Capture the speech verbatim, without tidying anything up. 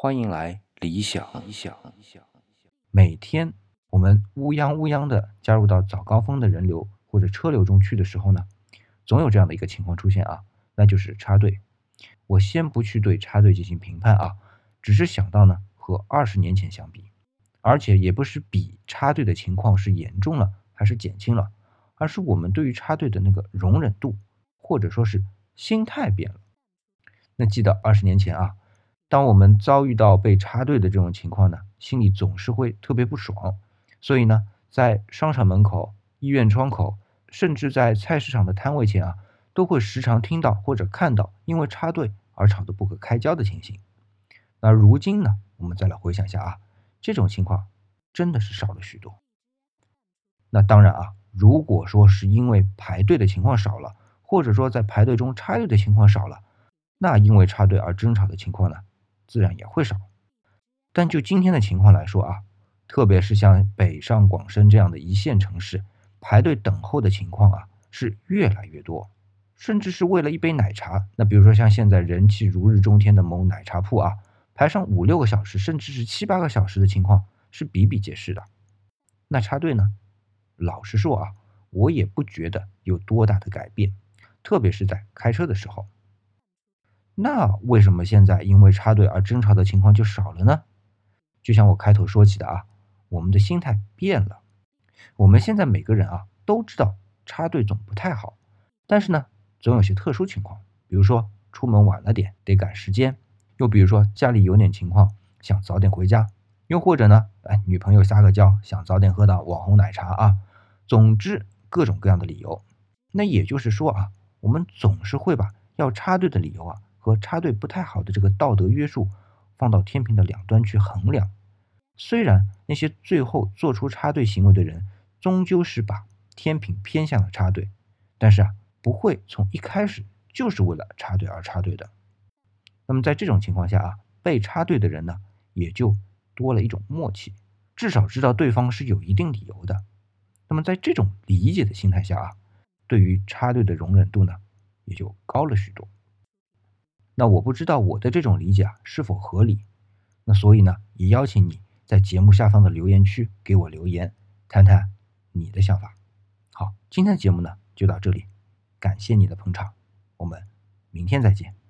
欢迎来理想。 每天我们乌泱乌泱的加入到早高峰的人流或者车流中去的时候呢，总有这样的一个情况出现啊，那就是插队。我先不去对插队进行评判啊，只是想到呢和二十年前相比，而且也不是比插队的情况是严重了还是减轻了，而是我们对于插队的那个容忍度或者说是心态变了。那记得二十年前啊，当我们遭遇到被插队的这种情况呢，心里总是会特别不爽。所以呢，在商场门口、医院窗口，甚至在菜市场的摊位前啊，都会时常听到或者看到因为插队而吵得不可开交的情形。那如今呢，我们再来回想一下啊，这种情况真的是少了许多。那当然啊，如果说是因为排队的情况少了，或者说在排队中插队的情况少了，那因为插队而争吵的情况呢，自然也会少。但就今天的情况来说啊，特别是像北上广深这样的一线城市，排队等候的情况啊是越来越多，甚至是为了一杯奶茶，那比如说像现在人气如日中天的某奶茶铺啊，排上五六个小时，甚至是七八个小时的情况是比比皆是的。那插队呢，老实说啊，我也不觉得有多大的改变，特别是在开车的时候。那为什么现在因为插队而争吵的情况就少了呢？就像我开头说起的啊，我们的心态变了。我们现在每个人啊都知道插队总不太好，但是呢，总有些特殊情况，比如说出门晚了点得赶时间，又比如说家里有点情况想早点回家，又或者呢，哎，女朋友撒个娇想早点喝到网红奶茶啊，总之各种各样的理由。那也就是说啊，我们总是会把要插队的理由啊和插队不太好的这个道德约束放到天平的两端去衡量。虽然那些最后做出插队行为的人终究是把天平偏向了插队，但是啊，不会从一开始就是为了插队而插队的。那么在这种情况下啊，被插队的人呢，也就多了一种默契，至少知道对方是有一定理由的。那么在这种理解的心态下啊，对于插队的容忍度呢，也就高了许多。那我不知道我的这种理解啊是否合理，那所以呢，也邀请你在节目下方的留言区给我留言，谈谈你的想法。好，今天的节目呢就到这里，感谢你的捧场，我们明天再见。